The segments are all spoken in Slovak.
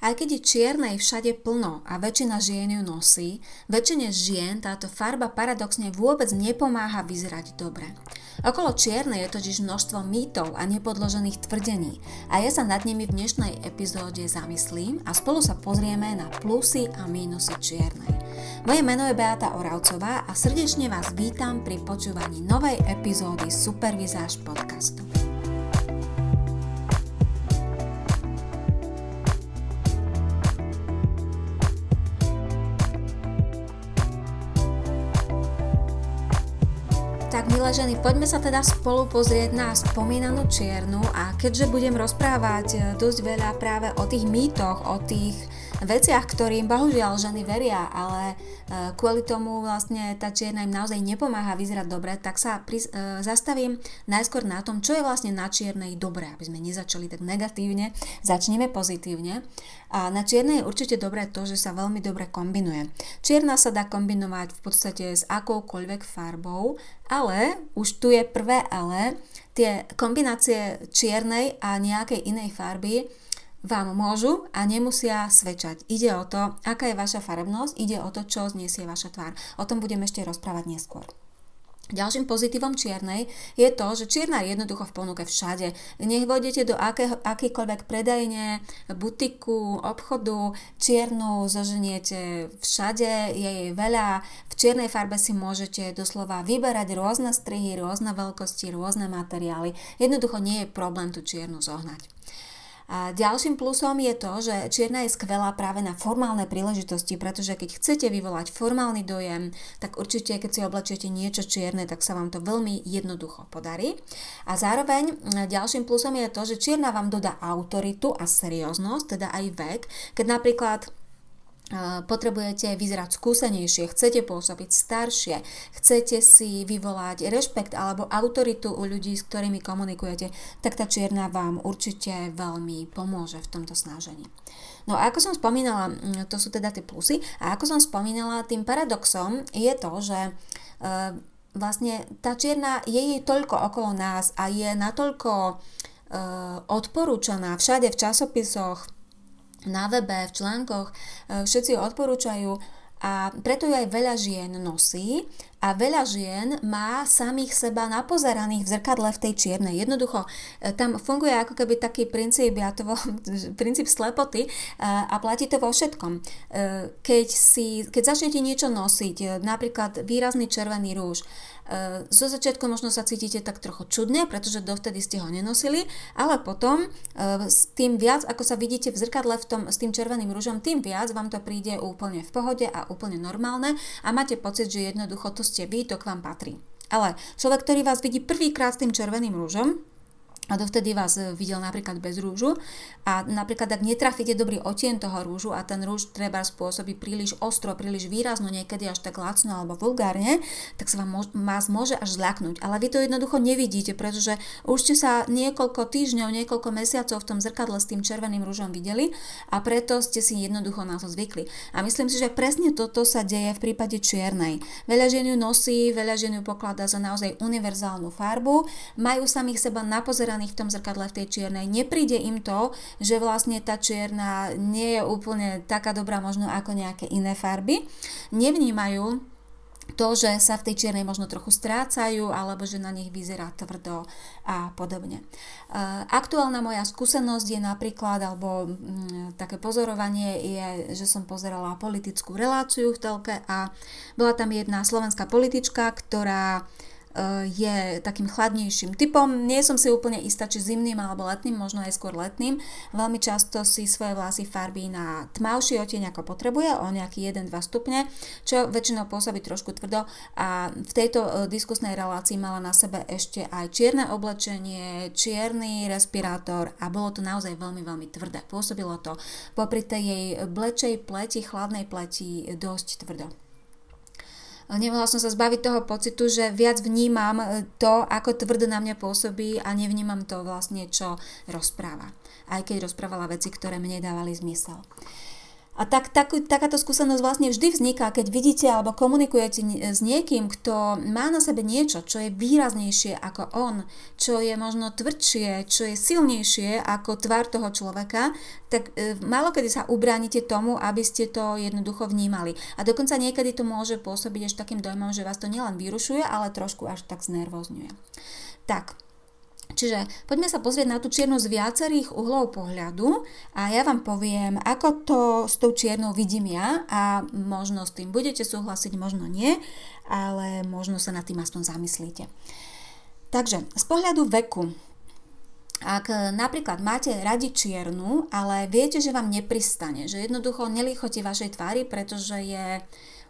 Aj keď je čiernej všade plno a väčšina žien ju nosí, väčšine žien táto farba paradoxne vôbec nepomáha vyzerať dobre. Okolo čiernej je totiž množstvo mýtov a nepodložených tvrdení a ja sa nad nimi v dnešnej epizóde zamyslím a spolu sa pozrieme na plusy a mínusy čiernej. Moje meno je Beata Oravcová a srdečne vás vítam pri počúvaní novej epizódy Supervizáž podcastu. Tak milé ženy, poďme sa teda spolu pozrieť na spomínanú čiernu a keďže budem rozprávať dosť veľa práve o tých mýtoch, o tých veciach, ktorým bohužiaľ ženy veria, ale kvôli tomu vlastne tá čierna im naozaj nepomáha vyzerať dobre, tak sa zastavím najskôr na tom, čo je vlastne na čiernej dobré, aby sme nezačali tak negatívne, začneme pozitívne. A na čiernej je určite dobré to, že sa veľmi dobre kombinuje. Čierna sa dá kombinovať v podstate s akoukoľvek farbou, ale už tu je prvé ale, tie kombinácie čiernej a nejakej inej farby vám môžu a nemusia svedčať. Ide o to, aká je vaša farebnosť, ide o to, čo zniesie vaša tvár. O tom budem ešte rozprávať neskôr. Ďalším pozitívom čiernej je to, že čierna je jednoducho v ponuke všade. Nech vôjdete do akýkoľvek predajne, butiku, obchodu, čiernu zoženiete všade, je jej veľa. V čiernej farbe si môžete doslova vyberať rôzne strihy, rôzne veľkosti, rôzne materiály. Jednoducho nie je problém tú čiernu zohnať. A ďalším plusom je to, že čierna je skvelá práve na formálne príležitosti, pretože keď chcete vyvolať formálny dojem, tak určite keď si oblečiete niečo čierne, tak sa vám to veľmi jednoducho podarí. A zároveň ďalším plusom je to, že čierna vám dodá autoritu a serióznosť, teda aj vek, keď napríklad potrebujete vyzerať skúsenejšie, chcete pôsobiť staršie, chcete si vyvolať rešpekt alebo autoritu u ľudí, s ktorými komunikujete, tak tá čierna vám určite veľmi pomôže v tomto snažení. No a ako som spomínala, to sú teda tie plusy, a ako som spomínala, tým paradoxom je to, že vlastne tá čierna je jej toľko okolo nás a je natoľko odporúčaná všade v časopisoch, na webe, v článkoch, všetci ju odporúčajú a preto ju aj veľa žien nosí a veľa žien má samých seba napozeraných v zrkadle v tej čiernej. Jednoducho, tam funguje ako keby taký princíp, princíp slepoty a platí to vo všetkom. Keď začnete niečo nosiť, napríklad výrazný červený rúž, zo začiatku možno sa cítite tak trochu čudne, pretože dovtedy ste ho nenosili, ale potom s tým viac, ako sa vidíte v zrkadle s tým červeným rúžom, tým viac vám to príde úplne v pohode a úplne normálne a máte pocit, že jednoducho to ste vy, to k vám patrí. Ale človek, ktorý vás vidí prvýkrát s tým červeným rúžom, a dovtedy vás videl napríklad bez rúžu a napríklad ak netrafíte dobrý odtieň toho rúžu a ten rúž treba spôsobí príliš ostro, príliš výrazno, niekedy až tak lacno alebo vulgárne, tak sa vás môže až zľaknúť. Ale vy to jednoducho nevidíte, pretože už ste sa niekoľko týždňov, niekoľko mesiacov v tom zrkadle s tým červeným rúžom videli a preto ste si jednoducho na to zvykli. A myslím si, že presne toto sa deje v prípade čiernej. Veľa žien ju nosí, veľa žien ju pokladá za naozaj univerzálnu farbu, majú samých seba napozeraných v tom zrkadle v tej čiernej. Nepríde im to, že vlastne tá čierna nie je úplne taká dobrá možno ako nejaké iné farby. Nevnímajú to, že sa v tej čiernej možno trochu strácajú alebo že na nich vyzerá tvrdo a podobne. Aktuálna moja skúsenosť je napríklad, alebo také pozorovanie je, že som pozerala politickú reláciu v telke a bola tam jedna slovenská politička, ktorá je takým chladnejším typom. Nie som si úplne istá, či zimným alebo letným, možno aj skôr letným. Veľmi často si svoje vlasy farbí na tmavší odtieň ako potrebuje, o nejaký 1-2 stupne, čo väčšinou pôsobí trošku tvrdo a v tejto diskusnej relácii mala na sebe ešte aj čierne oblečenie, čierny respirátor a bolo to naozaj veľmi, veľmi tvrdé. Pôsobilo to popri tej jej blečej pleti, chladnej pleti dosť tvrdo. Nemohla som sa zbaviť toho pocitu, že viac vnímam to, ako tvrdo na mňa pôsobí a nevnímam to vlastne, čo rozpráva. Aj keď rozprávala veci, ktoré mne dávali zmysel. A takáto skúsenosť vlastne vždy vzniká, keď vidíte alebo komunikujete s niekým, kto má na sebe niečo, čo je výraznejšie ako on, čo je možno tvrdšie, čo je silnejšie ako tvár toho človeka, tak málokedy sa ubránite tomu, aby ste to jednoducho vnímali. A dokonca niekedy to môže pôsobiť až takým dojmom, že vás to nielen vyrušuje, ale trošku až tak znervozňuje. Tak. Čiže poďme sa pozrieť na tú čiernu z viacerých uhlov pohľadu a ja vám poviem, ako to s tou čiernou vidím ja a možno s tým budete súhlasiť, možno nie, ale možno sa nad tým aspoň zamyslíte. Takže z pohľadu veku, ak napríklad máte radi čiernu, ale viete, že vám nepristane, že jednoducho nelíchoti vašej tvári, pretože je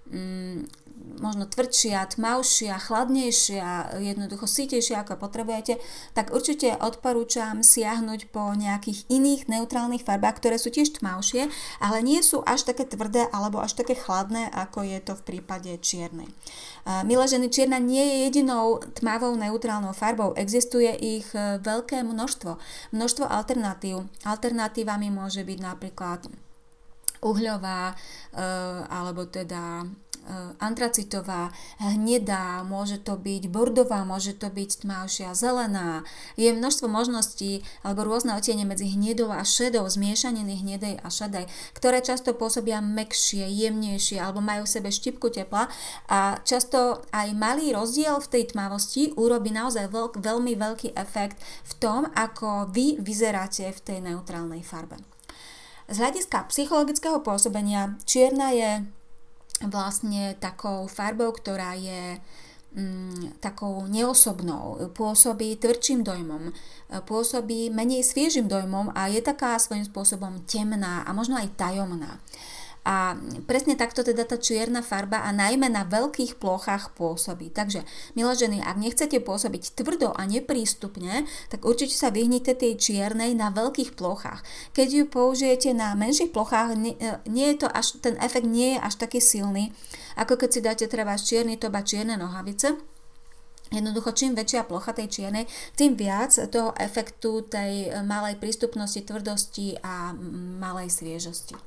možno tvrdšia, tmavšia, chladnejšia, jednoducho sýtejšia ako potrebujete, tak určite odporúčam siahnuť po nejakých iných neutrálnych farbách, ktoré sú tiež tmavšie, ale nie sú až také tvrdé alebo až také chladné, ako je to v prípade čiernej. Milé ženy, čierna nie je jedinou tmavou neutrálnou farbou, existuje ich veľké množstvo. Množstvo alternatív. Alternatívami môže byť napríklad uhľová, alebo teda antracitová, hnedá, môže to byť bordová, môže to byť tmavšia, zelená. Je množstvo možností alebo rôzne odtiene medzi hnedou a šedou, zmiešaniny hnedej a šedej, ktoré často pôsobia mäkšie, jemnejšie alebo majú v sebe štipku tepla a často aj malý rozdiel v tej tmavosti urobí naozaj veľmi veľký efekt v tom, ako vy vyzeráte v tej neutrálnej farbe. Z hľadiska psychologického pôsobenia čierna je vlastne takou farbou, ktorá je takou neosobnou, pôsobí tvrdším dojmom, pôsobí menej sviežým dojmom a je taká svojím spôsobom temná a možno aj tajomná. A presne takto teda tá čierna farba a najmä na veľkých plochách pôsobí. Takže, milé ženy, ak nechcete pôsobiť tvrdo a neprístupne, tak určite sa vyhnite tej čiernej na veľkých plochách. Keď ju použijete na menších plochách, ten efekt nie je až taký silný, ako keď si dáte treba čierny top a čierne nohavice. Jednoducho, čím väčšia plocha tej čiernej, tým viac toho efektu tej malej prístupnosti, tvrdosti a malej sviežosti.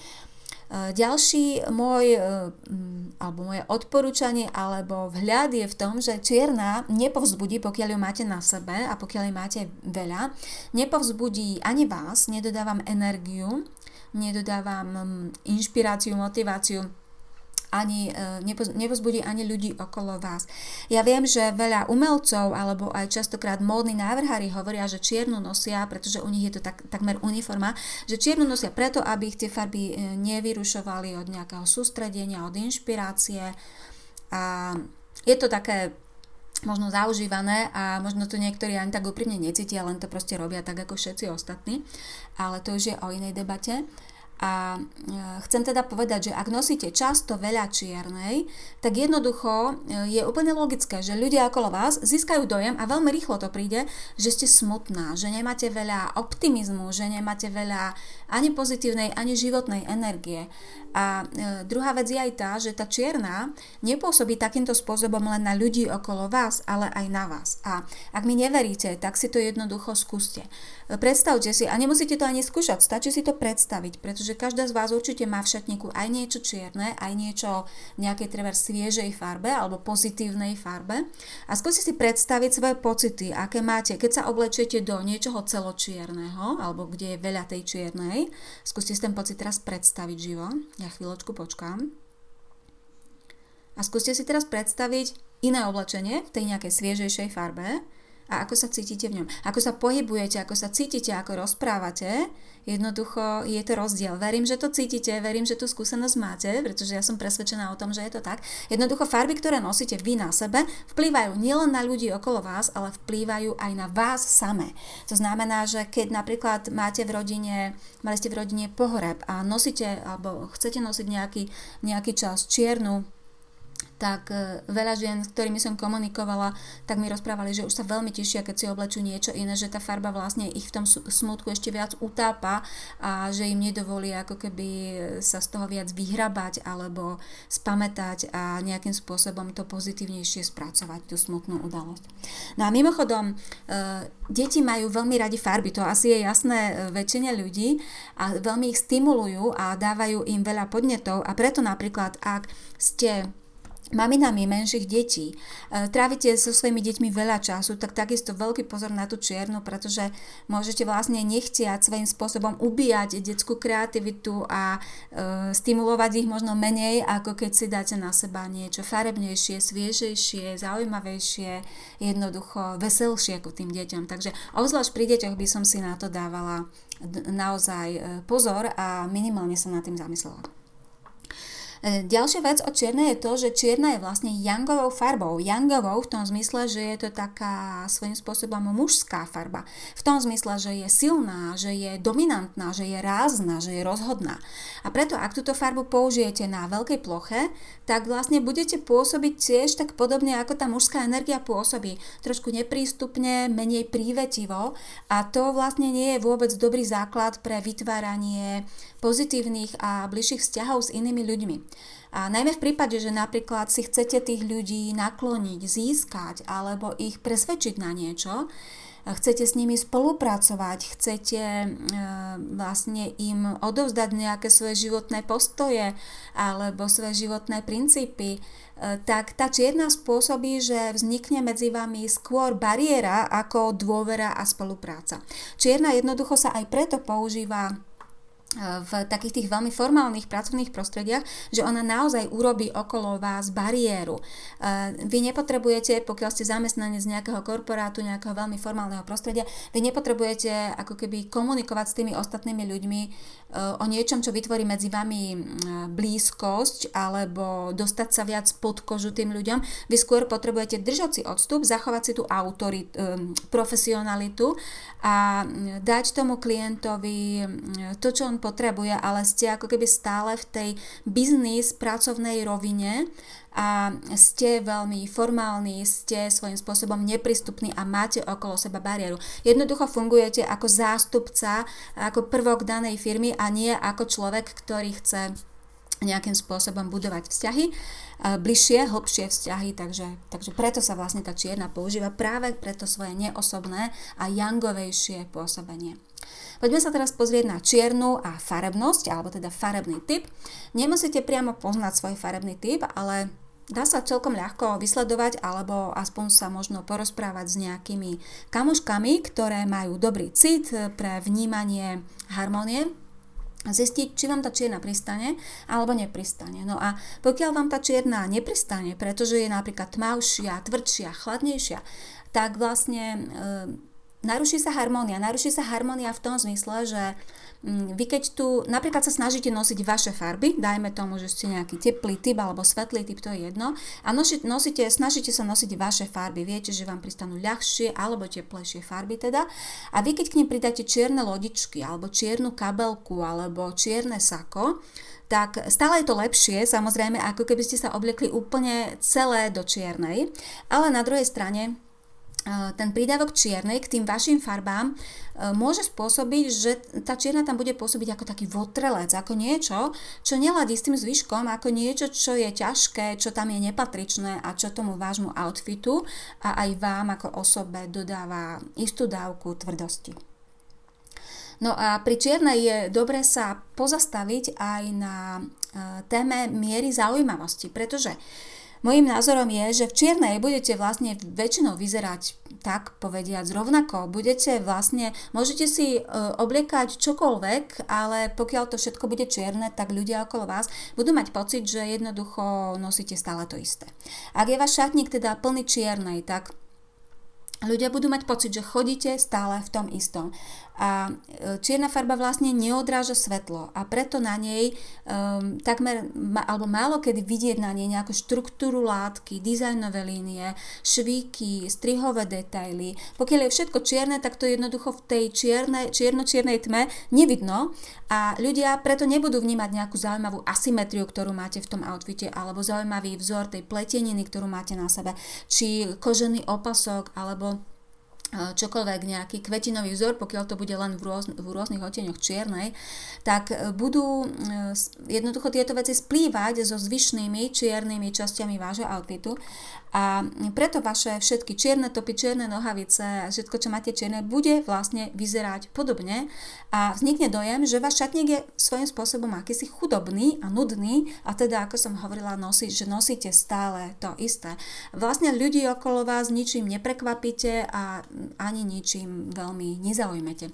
Ďalší moje odporúčanie alebo vhľad je v tom, že čierna nepovzbudí, pokiaľ ju máte na sebe a pokiaľ ju máte veľa, nepovzbudí ani vás, nedodávam energiu, nedodávam inšpiráciu, motiváciu, ani nepozbudí ani ľudí okolo vás. Ja viem, že veľa umelcov alebo aj častokrát módni návrhári hovoria, že čiernu nosia, pretože u nich je to takmer uniforma, že čiernu nosia preto, aby ich tie farby nevyrušovali od nejakého sústredenia, od inšpirácie. A je to také možno zaužívané a možno to niektorí ani tak úprimne necítia, len to proste robia tak ako všetci ostatní, ale to už je o inej debate. A chcem teda povedať, že ak nosíte často veľa čiernej, tak jednoducho je úplne logické, že ľudia okolo vás získajú dojem a veľmi rýchlo to príde, že ste smutná, že nemáte veľa optimizmu, že nemáte veľa ani pozitívnej, ani životnej energie. A druhá vec je aj tá, že tá čierna nepôsobí takýmto spôsobom len na ľudí okolo vás, ale aj na vás. A ak mi neveríte, tak si to jednoducho skúste. Predstavte si, a nemusíte to ani skúšať, stačí si to predstaviť, pretože každá z vás určite má v šatníku aj niečo čierne, aj niečo v nejakej treba sviežej farbe alebo pozitívnej farbe. A skúste si predstaviť svoje pocity, aké máte, keď sa oblečiete do niečoho celočierneho, alebo kde je veľa tej čiernej. Skúste si ten pocit teraz predstaviť živo. Ja chvíľočku počkám. A skúste si teraz predstaviť iné oblečenie v tej nejakej sviežejšej farbe a ako sa cítite v ňom. Ako sa pohybujete, ako sa cítite, ako rozprávate. Jednoducho je to rozdiel. Verím, že to cítite, verím, že tú skúsenosť máte, pretože ja som presvedčená o tom, že je to tak. Jednoducho farby, ktoré nosíte vy na sebe, vplývajú nielen na ľudí okolo vás, ale vplývajú aj na vás samé. To znamená, že keď napríklad mali ste v rodine pohoreb a nosíte, alebo chcete nosiť nejaký čas čiernu tak veľa žien, s ktorými som komunikovala, tak mi rozprávali, že už sa veľmi tešia, keď si oblečú niečo iné, že tá farba vlastne ich v tom smutku ešte viac utápa a že im nedovolí ako keby sa z toho viac vyhrabať alebo spamätať a nejakým spôsobom to pozitívnejšie spracovať, tú smutnú udalosť. No a mimochodom, deti majú veľmi radi farby, to asi je jasné väčšine ľudí a veľmi ich stimulujú a dávajú im veľa podnetov a preto napríklad, ak ste maminami menších detí, trávite so svojimi deťmi veľa času, tak takisto veľký pozor na tú čiernu, pretože môžete vlastne nechtiať svojím spôsobom ubíjať detskú kreativitu a stimulovať ich možno menej, ako keď si dáte na seba niečo farebnejšie, sviežejšie, zaujímavejšie, jednoducho veselšie ako tým deťom. Takže obzvlášť pri deťoch by som si na to dávala naozaj pozor a minimálne som nad tým zamyslela. Ďalšia vec o čiernej je to, že čierna je vlastne yangovou farbou. Yangovou v tom zmysle, že je to taká svojím spôsobom mužská farba. V tom zmysle, že je silná, že je dominantná, že je rázna, že je rozhodná. A preto, ak túto farbu použijete na veľkej ploche, tak vlastne budete pôsobiť tiež tak podobne, ako tá mužská energia pôsobí. Trošku neprístupne, menej prívetivo a to vlastne nie je vôbec dobrý základ pre vytváranie pozitívnych a bližších vzťahov s inými ľuďmi. A najmä v prípade, že napríklad si chcete tých ľudí nakloniť, získať alebo ich presvedčiť na niečo, chcete s nimi spolupracovať, chcete vlastne im odovzdať nejaké svoje životné postoje alebo svoje životné princípy, tak tá čierna spôsobí, že vznikne medzi vami skôr bariéra ako dôvera a spolupráca. Čierna jednoducho sa aj preto používa v takých tých veľmi formálnych pracovných prostrediach, že ona naozaj urobí okolo vás bariéru. Vy nepotrebujete, pokiaľ ste zamestnanec z nejakého korporátu, nejakého veľmi formálneho prostredia, vy nepotrebujete ako keby komunikovať s tými ostatnými ľuďmi o niečom, čo vytvorí medzi vami blízkosť alebo dostať sa viac pod kožu tým ľuďom. Vy skôr potrebujete držať si odstup, zachovať si tú profesionalitu a dať tomu klientovi to, čo on potrebuje, ale ste ako keby stále v tej biznis pracovnej rovine a ste veľmi formálni, ste svojím spôsobom neprístupní a máte okolo seba bariéru. Jednoducho fungujete ako zástupca, ako prvok danej firmy a nie ako človek, ktorý chce nejakým spôsobom budovať vzťahy, bližšie, hlbšie vzťahy, takže preto sa vlastne tá čierna používa práve preto svoje neosobné a yangovejšie pôsobenie. Poďme sa teraz pozrieť na čiernu a farebnosť, alebo teda farebný typ. Nemusíte priamo poznať svoj farebný typ, ale dá sa celkom ľahko vysledovať, alebo aspoň sa možno porozprávať s nejakými kamoškami, ktoré majú dobrý cit pre vnímanie harmónie, zistiť, či vám tá čierna pristane alebo nepristane. No a pokiaľ vám tá čierna nepristane, pretože je napríklad tmavšia, tvrdšia, chladnejšia, tak vlastne naruší sa harmónia. Naruší sa harmónia v tom zmysle, že vy keď tu napríklad sa snažíte nosiť vaše farby, dajme tomu, že ste nejaký teplý typ alebo svetlý typ, to je jedno, a snažíte sa nosiť vaše farby, viete, že vám pristanú ľahšie alebo teplejšie farby teda, a vy keď k nim pridáte čierne lodičky alebo čiernu kabelku alebo čierne sako, tak stále je to lepšie, samozrejme, ako keby ste sa obliekli úplne celé do čiernej, ale na druhej strane ten prídavok čiernej k tým vašim farbám môže spôsobiť, že tá čierna tam bude pôsobiť ako taký votrelec, ako niečo, čo neladí s tým zvyškom, ako niečo, čo je ťažké, čo tam je nepatričné a čo tomu vášmu outfitu a aj vám ako osobe dodáva istú dávku tvrdosti. No a pri čiernej je dobre sa pozastaviť aj na téme miery zaujímavosti, pretože mojím názorom je, že v čiernej budete vlastne väčšinou vyzerať tak povediať rovnako. Môžete si obliekať čokoľvek, ale pokiaľ to všetko bude čierne, tak ľudia okolo vás budú mať pocit, že jednoducho nosíte stále to isté. Ak je váš šatník teda plný čiernej, tak ľudia budú mať pocit, že chodíte stále v tom istom. A čierna farba vlastne neodráža svetlo a preto na nej takmer, alebo málo kedy vidieť na nej nejakú štruktúru látky, dizajnové línie, švíky, strihové detaily. Pokiaľ je všetko čierne, tak to jednoducho v tej čierno-čiernej tme nevidno a ľudia preto nebudú vnímať nejakú zaujímavú asymetriu, ktorú máte v tom outfite, alebo zaujímavý vzor tej pleteniny, ktorú máte na sebe, či kožený opasok, alebo čokoľvek, nejaký kvetinový vzor, pokiaľ to bude len v rôznych odtieňoch čiernej, tak budú jednoducho tieto veci splývať so zvyšnými čiernymi časťami vášho outfitu a preto vaše všetky čierne topy, čierne nohavice a všetko, čo máte čierne, bude vlastne vyzerať podobne a vznikne dojem, že váš šatník je svojím spôsobom akýsi chudobný a nudný a teda, ako som hovorila, že nosíte stále to isté. Vlastne ľudí okolo vás ničím neprekvapíte a ani ničím veľmi nezaujmete.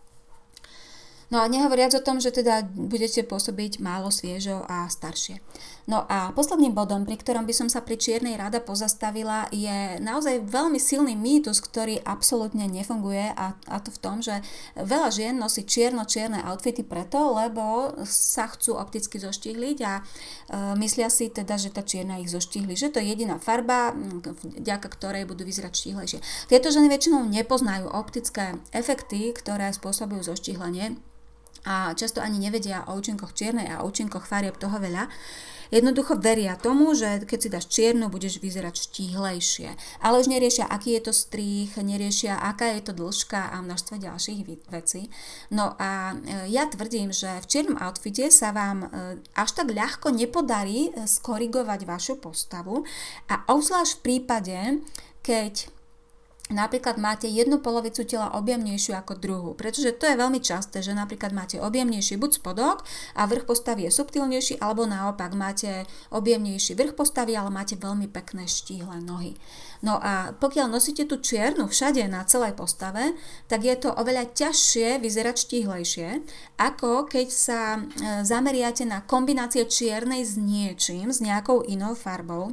No a nehovoriac o tom, že teda budete pôsobiť málo sviežo a staršie. No a posledným bodom, pri ktorom by som sa pri čiernej rada pozastavila, je naozaj veľmi silný mýtus, ktorý absolútne nefunguje a to v tom, že veľa žien nosí čierno-čierne outfity preto, lebo sa chcú opticky zoštihliť a myslia si teda, že tá čierna ich zoštihli, že to je jediná farba, vďaka ktorej budú vyzerať štihlejšie. Tieto ženy väčšinou nepoznajú optické efekty, ktoré spôsobujú zoštihlenie a často ani nevedia o účinkoch čiernej a o účinkoch farieb toho veľa. Jednoducho veria tomu, že keď si dáš čiernu, budeš vyzerať štíhlejšie. Ale už neriešia, aký je to strih, neriešia, aká je to dĺžka a množstvo ďalších vecí. No a ja tvrdím, že v čiernom outfite sa vám až tak ľahko nepodarí skorigovať vašu postavu a obzvlášť v prípade, keď napríklad máte jednu polovicu tela objemnejšiu ako druhú, pretože to je veľmi časté, že napríklad máte objemnejší buď spodok a vrch postavy je subtilnejší, alebo naopak máte objemnejší vrch postavy, ale máte veľmi pekné štíhle nohy. No a pokiaľ nosíte tú čiernu všade na celej postave, tak je to oveľa ťažšie vyzerať štíhlejšie, ako keď sa zameriate na kombinácie čiernej s niečím, s nejakou inou farbou.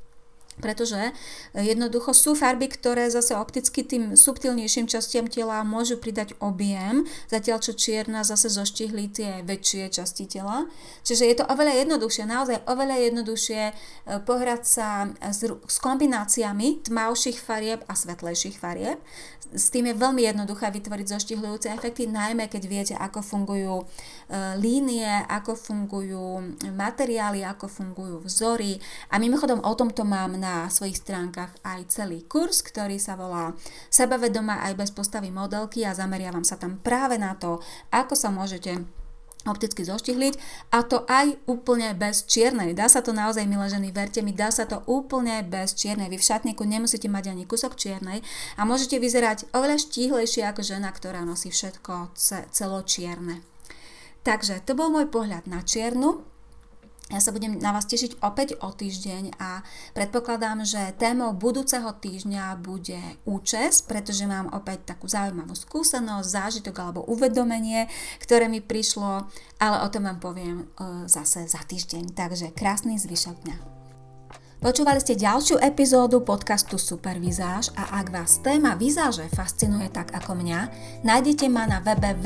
Pretože jednoducho sú farby, ktoré zase opticky tým subtilnejším častiam tela môžu pridať objem, zatiaľ čo čierna zase zoštihli tie väčšie časti tela. Čiže je to oveľa jednoduchšie, naozaj oveľa jednoduchšie pohrať sa s kombináciami tmavších farieb a svetlejších farieb. S tým je veľmi jednoduché vytvoriť zoštihľujúce efekty, najmä keď viete, ako fungujú línie, ako fungujú materiály, ako fungujú vzory. A mimochodom o tomto mám na svojich stránkach aj celý kurz, ktorý sa volá Sebavedomá aj bez postavy modelky a zameriavam sa tam práve na to, ako sa môžete opticky zoštihliť a to aj úplne bez čiernej. Dá sa to naozaj, milé ženy, verte mi, dá sa to úplne bez čiernej. Vy v šatníku nemusíte mať ani kúsok čiernej a môžete vyzerať oveľa štíhlejšie ako žena, ktorá nosí všetko celočierne. Takže to bol môj pohľad na čiernu. Ja sa budem na vás tešiť opäť o týždeň a predpokladám, že témou budúceho týždňa bude účes, pretože mám opäť takú zaujímavú skúsenosť, zážitok alebo uvedomenie, ktoré mi prišlo, ale o tom vám poviem zase za týždeň. Takže krásny zvyšok dňa. Počúvali ste ďalšiu epizódu podcastu Supervizáž a ak vás téma vizáže fascinuje tak ako mňa, nájdete ma na webe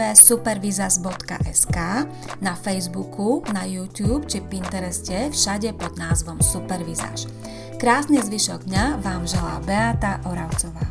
www.supervizaz.sk, na Facebooku, na YouTube či Pintereste, všade pod názvom Supervizáž. Krásny zvyšok dňa vám želá Beata Oravcová.